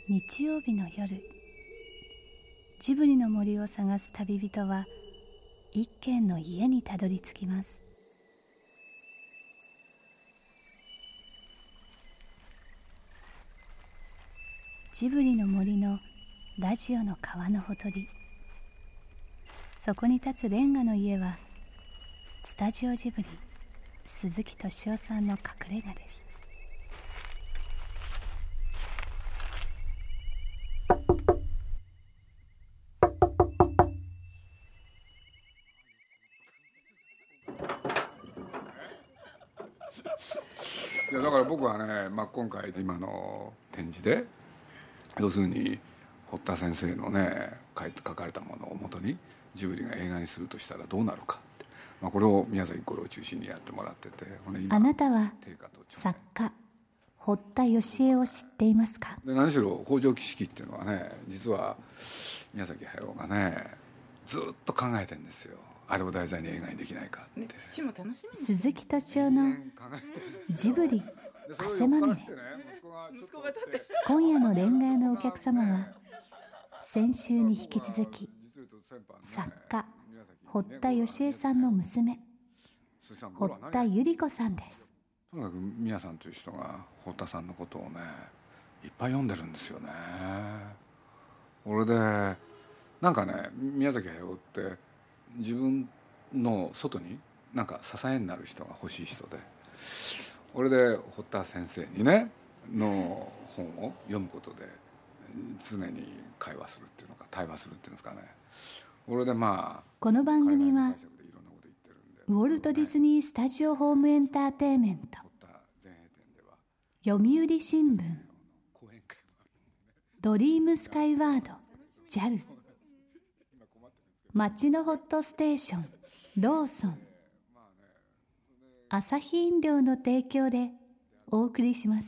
日曜日の夜、ジブリの森を探す旅人は一軒の家にたどり着きます。ジブリの森のラジオの川のほとり、そこに立つレンガの家はスタジオジブリ鈴木敏夫さんの隠れ家です。 いやだから僕はね、今回今の展示で要するに堀田先生のね書かれたものをもとにジブリが映画にするとしたらどうなるかって、これを宮崎五郎を中心にやってもらってて、 今あなたは作家堀田芳恵を知っていますか？ で何しろ北条紀式っていうのはね、実は宮崎駿がねずっと考えてるんですよ。あれを題材に映画にできないかって。 父も楽しみに鈴木敏夫のジブリ汗まみれ。今夜のレンガ屋のお客様は先週に引き続き作家堀田芳恵さんの娘堀田百合子さんです。 とにかく宮さんという人が堀田さんのことをねいっぱい読んでるんですよね。俺でなんかね、宮崎駿って自分の外になんか支えになる人が欲しい人で、俺で堀田先生にねの本を読むことで常に会話するっていうのか対話するっていうんですかね。俺でこの番組はウォルト・ディズニー・スタジオ・ホーム・エンターテインメント、読売新聞、ドリームスカイワード JAL、 街のホットステーションローソン、アサヒ飲料の提供でお送りします。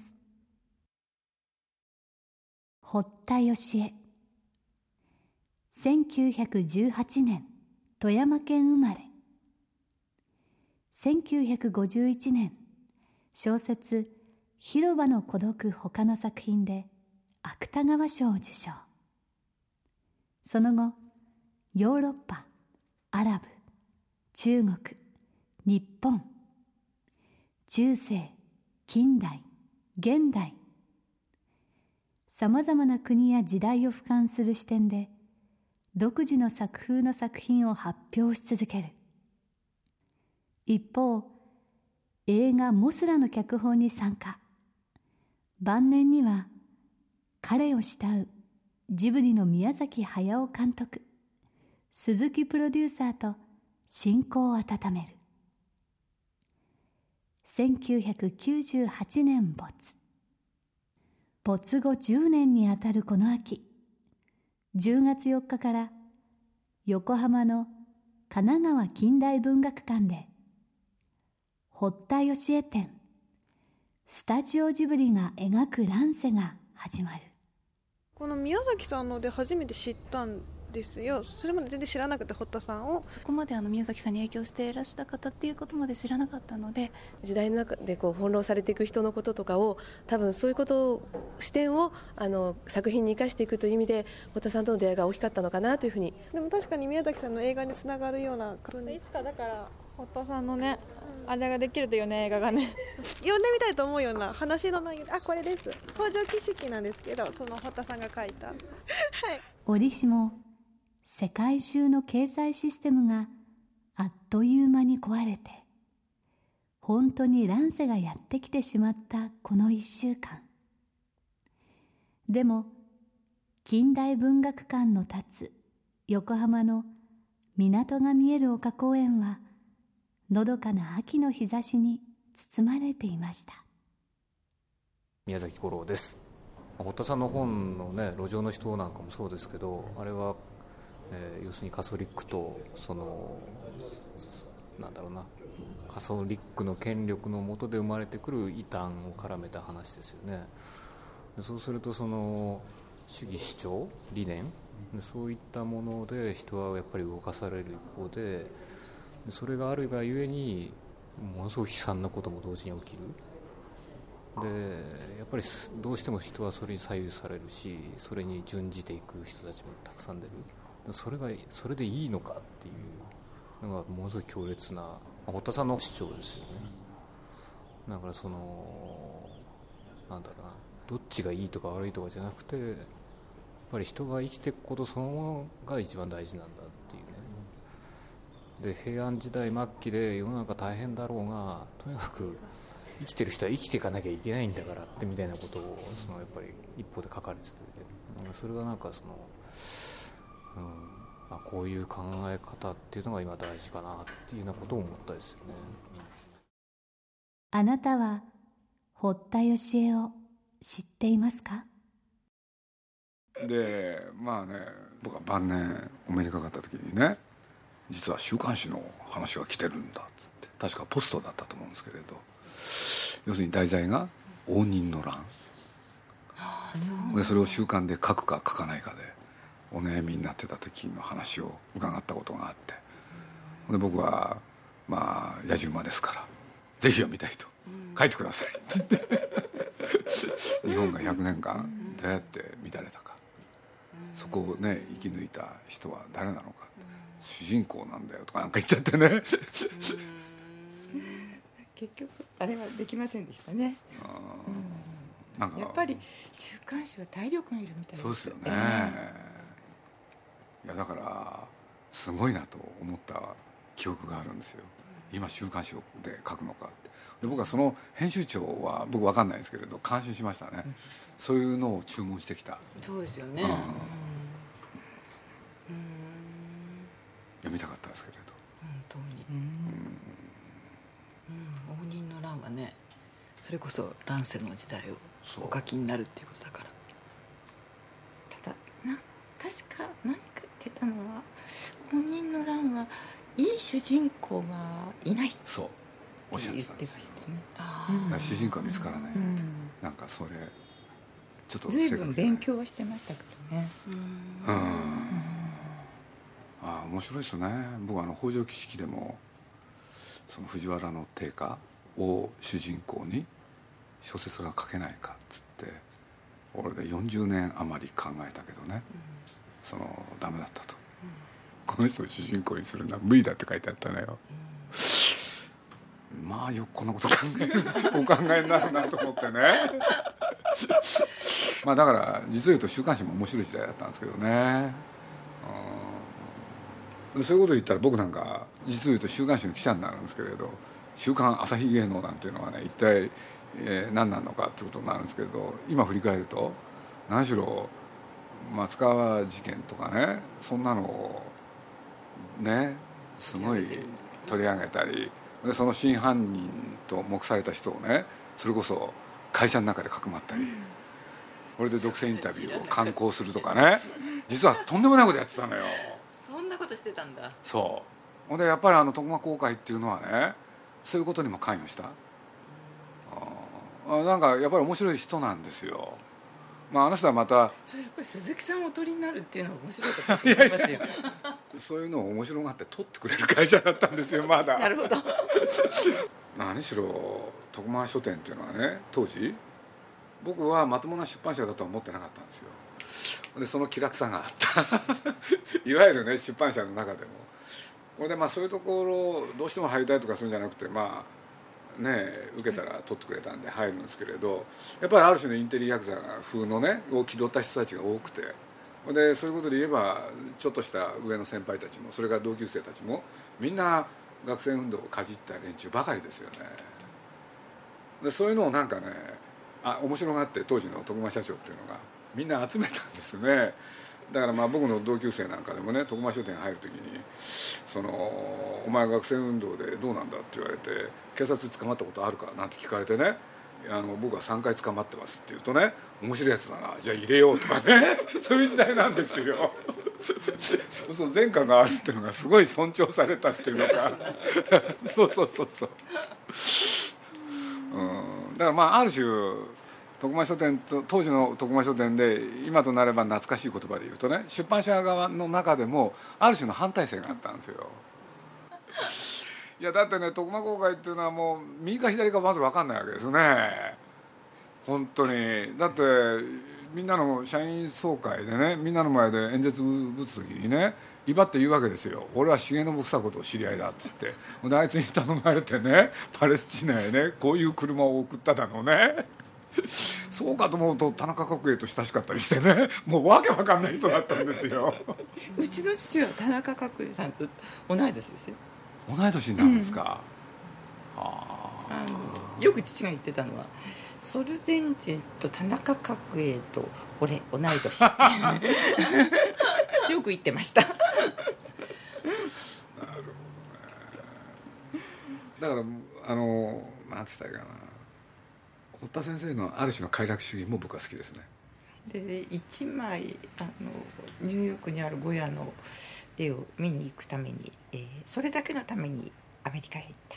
堀田芳恵、1918年富山県生まれ、1951年小説広場の孤独他の作品で芥川賞を受賞。その後ヨーロッパ、アラブ、中国、日本、中世、近代、現代、さまざまな国や時代を俯瞰する視点で独自の作風の作品を発表し続ける。一方、映画モスラの脚本に参加。晩年には彼を慕うジブリの宮崎駿監督、鈴木プロデューサーと親交を温める。1998年没後10年にあたるこの秋、10月4日から横浜の神奈川近代文学館で堀田芳恵展スタジオジブリが描く乱世が始まる。 この宮崎さんので初めて知ったんですよ。それまで全然知らなくて、堀田さんをそこまで宮崎さんに影響していらした方っていうことまで知らなかったので、 時代の中で翻弄されていく人のこととかを、多分そういうことを視点を作品に生かしていくという意味で堀田さんとの出会いが大きかったのかなというふうに。 でも確かに宮崎さんの映画につながるような、 いつかだから堀田さんのね、あれができるというね、映画がね読んでみたいと思うような話の内容で、これです。北条紀式なんですけど、その堀田さんが書いたはい。 折しも世界中の経済システムがあっという間に壊れて、本当に乱世がやってきてしまったこの1週間。でも近代文学館の立つ横浜の港が見える丘公園はのどかな秋の日差しに包まれていました。 宮崎五郎です。堀田さんの本のね、路上の人なんかもそうですけど、あれは要するにカソリックとカソリックの権力の下で生まれてくる異端を絡めた話ですよね。そうすると主義主張理念、そういったもので人はやっぱり動かされる一方で、それがあるがゆえにものすごく悲惨なことも同時に起きる。 やっぱりどうしても人はそれに左右されるし、それに準じていく人たちもたくさん出る。それでいいのかっていうのがものすごい強烈な堀田さんの主張ですよね。だからなんだろうな、どっちがいいとか悪いとかじゃなくて、やっぱり人が生きていくことそのものが一番大事なんだっていうね。で平安時代末期で世の中大変だろうが、とにかく生きてる人は生きていかなきゃいけないんだからってみたいなことをやっぱり一方で書かれてて、それがなんかこういう考え方っていうのが今大事かなっていうようなことを思ったですよね。 あなたは堀田芳恵を知っていますか？ でまあね、僕は晩年お目にかかった時にね、実は週刊誌の話が来てるんだっつって、確かポストだったと思うんですけれど、要するに題材が応仁の乱で、それを週刊で書くか書かないかでお悩みになってた時の話を伺ったことがあって、で僕はまあ野じ馬ですからぜひ読みたいと、書いてくださいって言って日本が100年間どうやって乱れたか、そこをね生き抜いた人は誰なのか、主人公なんだよとかなんか言っちゃってね結局あれはできませんでしたね。なんかやっぱり週刊誌は体力がいるみたいです。 そうですよね、いやだからすごいなと思った記憶があるんですよ。今週刊誌で書くのかって。で僕はその編集長は僕分かんないですけれど感心しましたね、そういうのを注文してきた。 そうですよね、 読みたかったですけれど、 本当に応仁の乱はね、それこそ乱世の時代をお書きになるっていうことだから。ただ確か何か言ってたのは、応仁の乱はいい主人公がいないってそうおっしゃってたんですよ。主人公は見つからない、なんかそれちょっと随分勉強はしてましたけどね。 面白いですよね。僕は北条義式でもその藤原の定家を主人公に小説が書けないかっつって俺で40年余り考えたけどね、ダメだったと、この人を主人公にするのは無理だって書いてあったのよ、まあよくこんなことお考えになるなと思ってねまあだから実を言うと週刊誌も面白い時代だったんですけどね。そういうこと言ったら僕なんか実を言うと週刊誌の記者になるんですけれど、週刊朝日芸能なんていうのはね一体、何なのかってことになるんですけれど、今振り返ると何しろ松川事件とかね、そんなのをねすごい取り上げたりで、その真犯人と目された人をねそれこそ会社の中でかくまったり、これで独占インタビューを敢行するとかね、実はとんでもないことやってたのよ。 そんなことしてたんだ。 そうほんでやっぱり徳間公会っていうのはねそういうことにも関与した、なんかやっぱり面白い人なんですよ。あの人はまたそれやっぱり鈴木さんをお取りになるっていうのは面白いことだと思いますよそういうのを面白がって取ってくれる会社だったんですよまだなるほど何しろ徳間書店っていうのはね、当時僕はまともな出版社だとは思ってなかったんですよ。でその気楽さがあったいわゆるね出版社の中でもこれでそういうところどうしても入りたいとかするんじゃなくて、受けたら取ってくれたんで入るんですけれど、やっぱりある種のインテリヤクザ風のねを気取った人たちが多くて、でそういうことで言えばちょっとした上の先輩たちもそれから同級生たちもみんな学生運動をかじった連中ばかりですよね。でそういうのをなんかね面白がって当時の徳間社長っていうのがみんな集めたんですね。だから僕の同級生なんかでもね徳間書店に入る時にお前学生運動でどうなんだって言われて警察捕まったことあるかなんて聞かれてね、僕は3回捕まってますって言うとね、面白いやつだなじゃあ入れようとかねそういう時代なんですよそう前科があるっていうのがすごい尊重されたっていうのかそうだからある種徳間書店と当時の徳間書店で今となれば懐かしい言葉で言うとね、出版社側の中でもある種の反対性があったんですよいやだってね徳間公会っていうのはもう右か左かまず分かんないわけですね。 本当に。だってみんなの社員総会でね、みんなの前で演説ぶつ時にね、威張って言うわけですよ。俺は重信房子と知り合いだっつって。であいつに頼まれてね、パレスチナへねこういう車を送っただのねそうかと思うと田中角栄と親しかったりしてね、もうわけわかんない人だったんですようちの父は田中角栄さんと同い年ですよ。 同い年になるんですか、 よく父が言ってたのは、ソルゼンチェンと田中角栄と俺同い年よく言ってましたなるほどね。だからなんて言ったらいいかな、堀田先生のある種の快楽主義も僕は好きですね。 で1枚ニューヨークにあるゴヤの絵を見に行くために、それだけのためにアメリカへ行った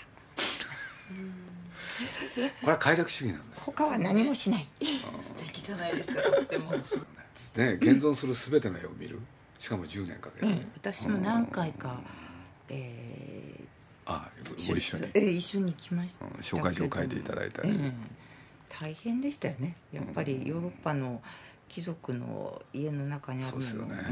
これは快楽主義なんです。 他は何もしない素敵じゃないですか、とっても。 ね、現存する全ての絵を見る、しかも10年かけて、 私も何回か、 ご一緒に、 一緒に来ました、 紹介状書いていただいたり、 大変でしたよね。やっぱりヨーロッパの貴族の家の中にあるのを、 そうですよね、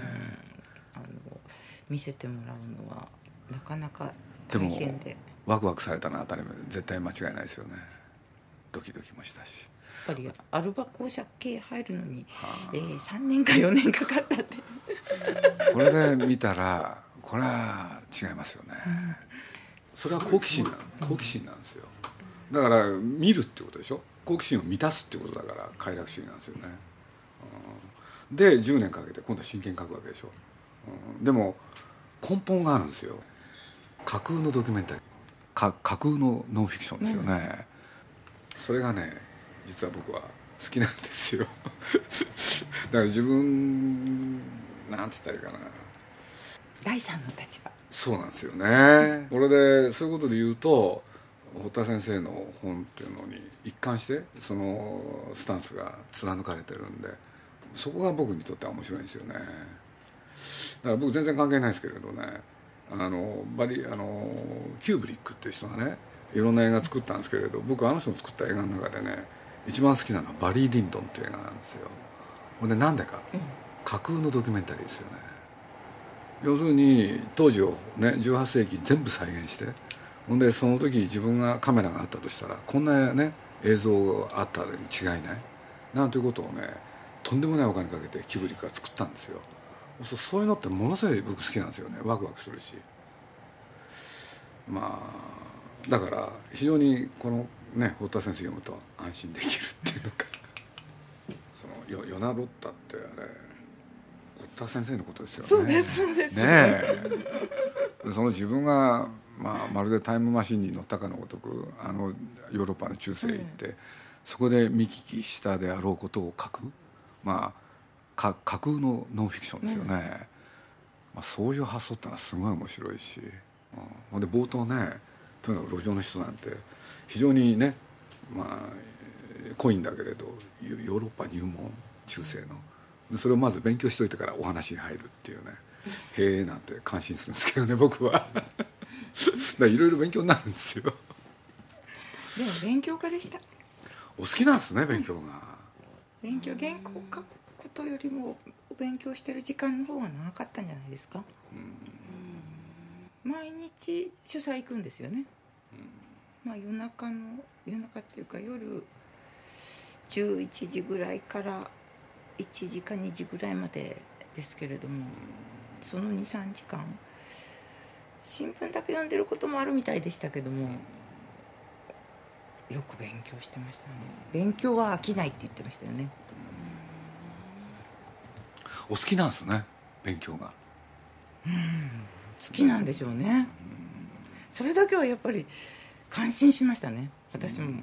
見せてもらうのはなかなか大変で、 ワクワクされたのは当たり前で絶対間違いないですよね。ドキドキもしたし、 やっぱりアルバ公社系入るのに、3年か4年かかったってこれで見たらこれは違いますよね、それは好奇心なんですよ。だから見るってことでしょ、好奇心を満たすってことだから快楽主義なんですよね、で10年かけて今度は真剣に書くわけでしょ、でも根本があるんですよ。架空のドキュメンタリー、架空のノンフィクションですよね、それがね実は僕は好きなんですよだから自分なんて言ったらいいかな、 第三の立場。 そうなんですよね。これでそういうことで言うと堀田先生の本っていうのに一貫してそのスタンスが貫かれてるんで、そこが僕にとっては面白いんですよね。だから僕全然関係ないですけれどね、キューブリックっていう人がねいろんな映画作ったんですけれど、僕あの人の作った映画の中でね一番好きなのはバリー・リンドンっていう映画なんですよ。ほんでなんでか、架空のドキュメンタリーですよね。要するに当時をね18世紀全部再現して、ほんでその時自分がカメラがあったとしたらこんなね映像があったに違いないなんていうことをねとんでもないお金かけてキューブリックが作ったんですよ。そういうのってものすごい僕好きなんですよね。ワクワクするし、まあだから非常にこのね堀田先生読むと安心できるっていうのかそのヨナ・ロッタってあれ堀田先生のことですよね。 そうですそうですねその自分が、まるでタイムマシンに乗ったかのごとくヨーロッパの中世へ行って、そこで見聞きしたであろうことを書く、架空のノンフィクションですよね、そういう発想ってのはすごい面白いし、ほんで冒頭ねとにかく路上の人なんて非常にね濃いんだけれどヨーロッパ入門中世のそれをまず勉強しといてからお話に入るっていうねへえなんて感心するんですけどね僕はだからいろいろ勉強になるんですよ。 でも勉強家でした。 お好きなんですね勉強が。 原稿書くことよりもお勉強してる時間の方が長かったんじゃないですか。毎日主催行くんですよね、夜中っていうか夜11時ぐらいから1時か2時ぐらいまでですけれども、その 2,3 時間新聞だけ読んでることもあるみたいでしたけども、よく勉強してましたね。勉強は飽きないって言ってましたよね。 お好きなんですね勉強が。 好きなんでしょうね。それだけはやっぱり感心しましたね私も。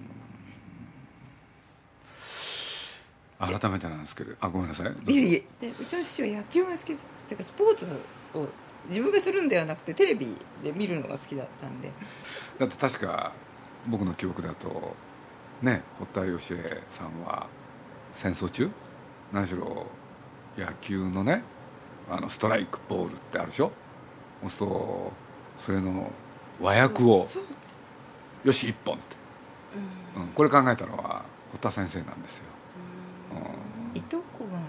改めてなんですけどごめんなさい。 いえでうちの父は野球が好きっていうかスポーツを自分がするんではなくてテレビで見るのが好きだったんで。 だって確か僕の記憶だとね堀田芳恵さんは戦争中何しろ野球のねストライクボールってあるでしょ。そうするとそれの和訳をよし一本って、これ考えたのは堀田先生なんですよ。 いとこが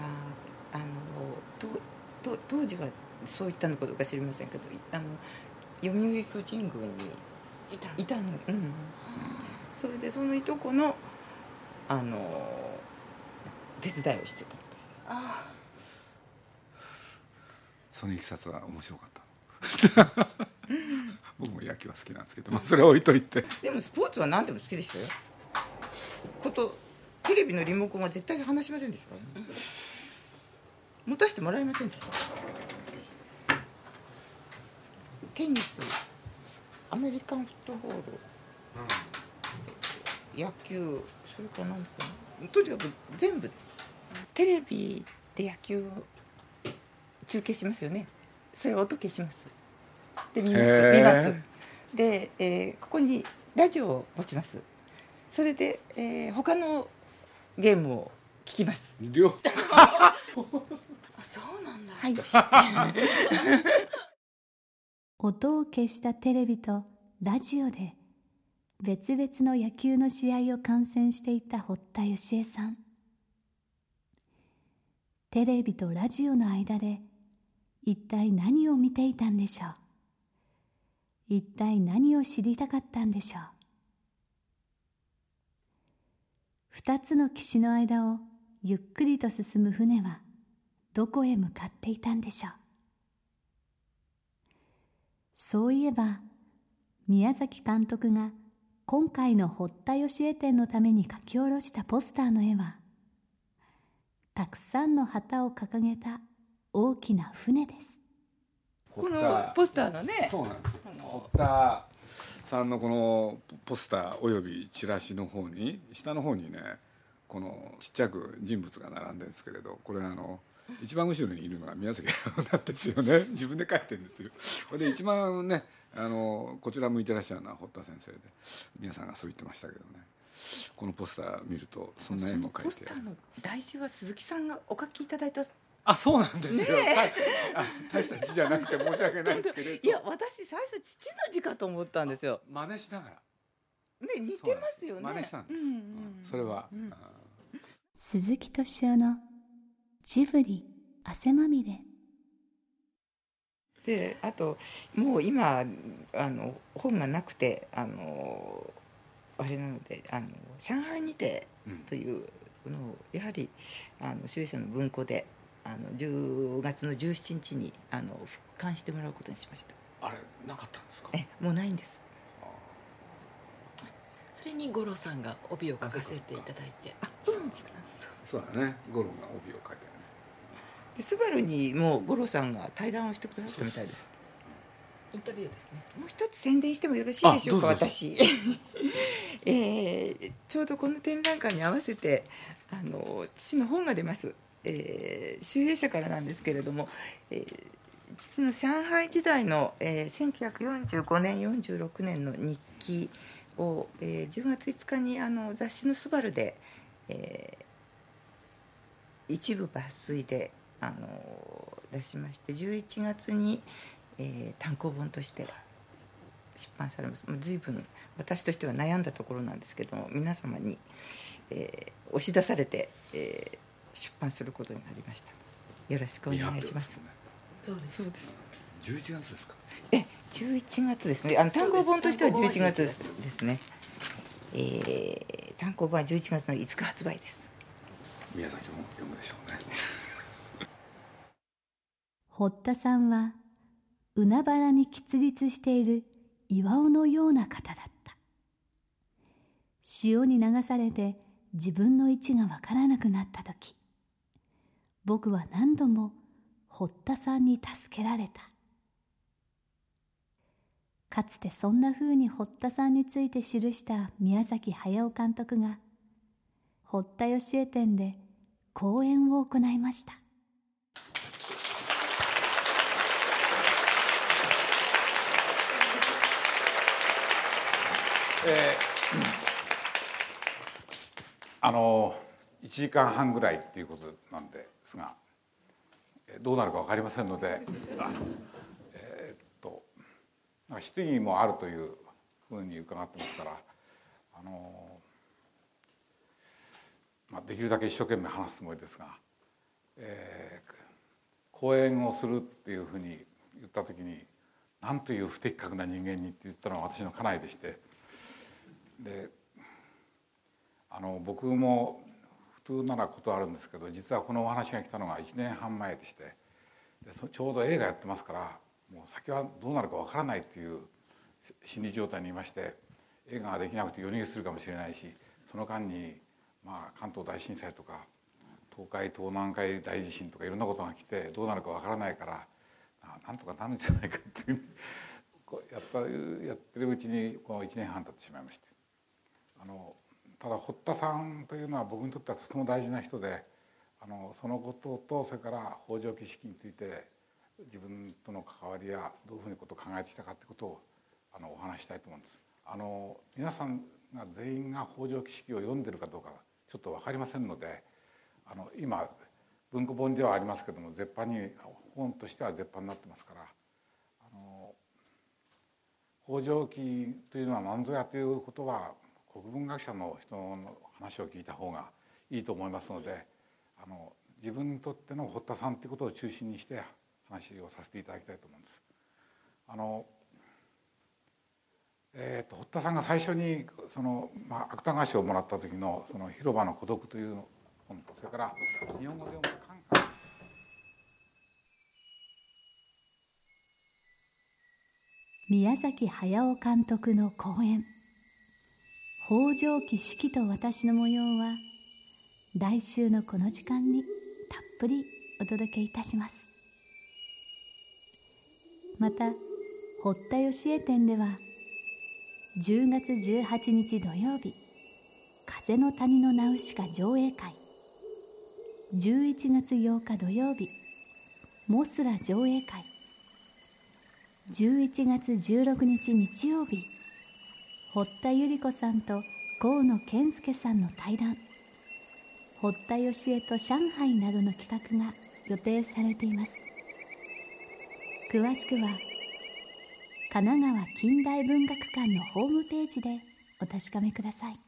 当時はそういったのことか知りませんけど、読売巨人軍にいたの、それでそのいとこの手伝いをしてた。 そのいきさつは面白かった僕も野球は好きなんですけど、それは置いといて。 でもスポーツは何でも好きでしたよ。テレビのリモコンは絶対離しませんでしたからね。持たせてもらえませんでした。テニス、アメリカンフットボール、野球、それから何かな、とにかく全部です。テレビで野球を中継しますよね。それを音消します。で見ます。で、ここにラジオを持ちます。それで、他のゲームを聞きます。 そうなんだ。 はい。 音を消したテレビとラジオで別々の野球の試合を観戦していた堀田芳恵さん。テレビとラジオの間で一体何を見ていたんでしょう。一体何を知りたかったんでしょう。二つの岸の間をゆっくりと進む船はどこへ向かっていたんでしょう。そういえば宮崎監督が今回の堀田芳恵展のために書き下ろしたポスターの絵は、たくさんの旗を掲げた大きな船です。 このポスターのね、 そうなんですよ。堀田さんのこのポスターおよびチラシの方に、下の方にね、このちっちゃく人物が並んでるんですけれど、これ一番後ろにいるのが宮崎なんですよね。自分で書いてるんですよ。で一番ね、こちら向いてらっしゃるのは堀田先生で、皆さんがそう言ってましたけどね。このポスター見るとそんな絵も描いて。 ポスターの題字は鈴木さんがお書きいただいた。 そうなんですよ。大した字じゃなくて申し訳ないですけれど。 いや、私最初父の字かと思ったんですよ。 真似しながら。 ね、似てますよね。 真似したんです。それは。 鈴木敏夫のジブリ汗まみれで、あともう今本がなくてあれなので上海にてというのをやはり集英社の文庫で10月の17日に復刊してもらうことにしました。 あれなかったんですか？ もうないんです。 それに五郎さんが帯を書かせていただいて。 そうなんですか。 そうだね、五郎が帯を書いたよね。 スバルにも五郎さんが対談をしてくださったみたいです。 インタビューですね。もう一つ宣伝してもよろしいでしょうか。私ちょうどこの展覧会に合わせて父の本が出ます。集英社からなんですけれども、父の上海時代の、1945年46年の日記を、10月5日に雑誌のスバルで、一部抜粋で出しまして、11月に、単行本として出版されます。もう随分私としては悩んだところなんですけども、皆様に、押し出されて、出版することになりました。よろしくお願いします。 そうです。 そうです。 11月ですか ？11月ですね。単行本としては11月ですね。単行本は11月の5日発売です。 宮崎も読むでしょうね。 堀田さんは海原に喫立している岩尾のような方だった。潮に流されて自分の位置がわからなくなったとき、僕は何度も堀田さんに助けられた。かつてそんなふうに堀田さんについて記した宮崎駿監督が堀田芳恵展で講演を行いました。 1時間半ぐらいっていうことなんですが、どうなるか分かりませんのでなんか質疑もあるというふうに伺ってますから、 できるだけ一生懸命話すつもりですが、講演をするっていうふうに言った時に「なんという不適格な人間に」って言ったのは私の家内でして、で僕も普通なら断るんですけど、実はこのお話が来たのが1年半前でして、ちょうど映画やってますから、もう先はどうなるかわからないっていう心理状態にいまして、映画ができなくて夜逃げするかもしれないし、その間に関東大震災とか東海東南海大地震とかいろんなことが来てどうなるかわからないから、なんとかなるんじゃないかっていうやってるうちにこの1年半経ってしまいまして、ただ堀田さんというのは僕にとってはとても大事な人で、そのこととそれから北条記式について自分との関わりやどういうふうにことを考えてきたかということをお話したいと思うんです。皆さんが全員が北条記式を読んでるかどうかちょっと分かりませんので、今文庫本ではありますけども絶版に本としては絶版になってますから、北条記というのは何ぞやということは国文学者の人の話を聞いた方がいいと思いますので、自分にとっての堀田さんということを中心にして話をさせていただきたいと思うんです。堀田さんが最初に芥川賞をもらった時の「広場の孤独」という本と、それから日本語で読む「カンカン」。 宮崎駿監督の講演「北条記式と私の模様」は来週のこの時間にたっぷりお届けいたします。また堀田芳恵展では10月18日土曜日、風の谷のナウシカ上映会、11月8日土曜日、モスラ上映会、11月16日日曜日、堀田百合子さんと河野健介さんの対談、堀田芳恵と上海などの企画が予定されています。詳しくは神奈川近代文学館のホームページでお確かめください。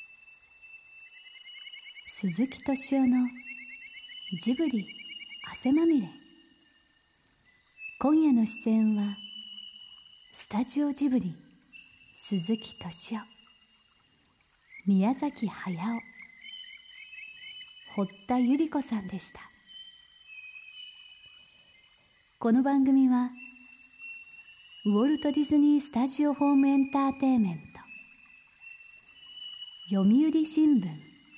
鈴木敏夫のジブリ汗まみれ。今夜の出演はスタジオジブリ鈴木敏夫、宮崎駿、堀田百合子さんでした。この番組はウォルト・ディズニー・スタジオ・ホーム・エンターテイメント、読売新聞、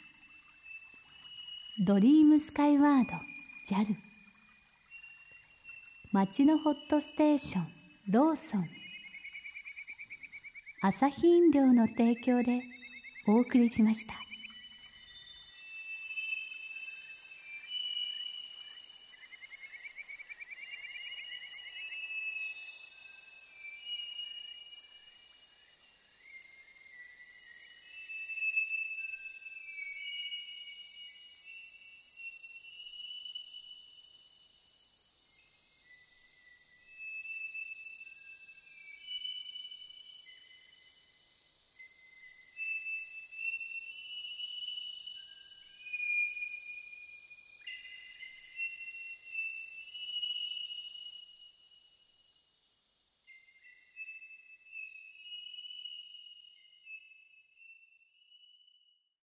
ドリームスカイワード JAL、 町のホットステーションローソン、アサヒ飲料の提供でお送りしました。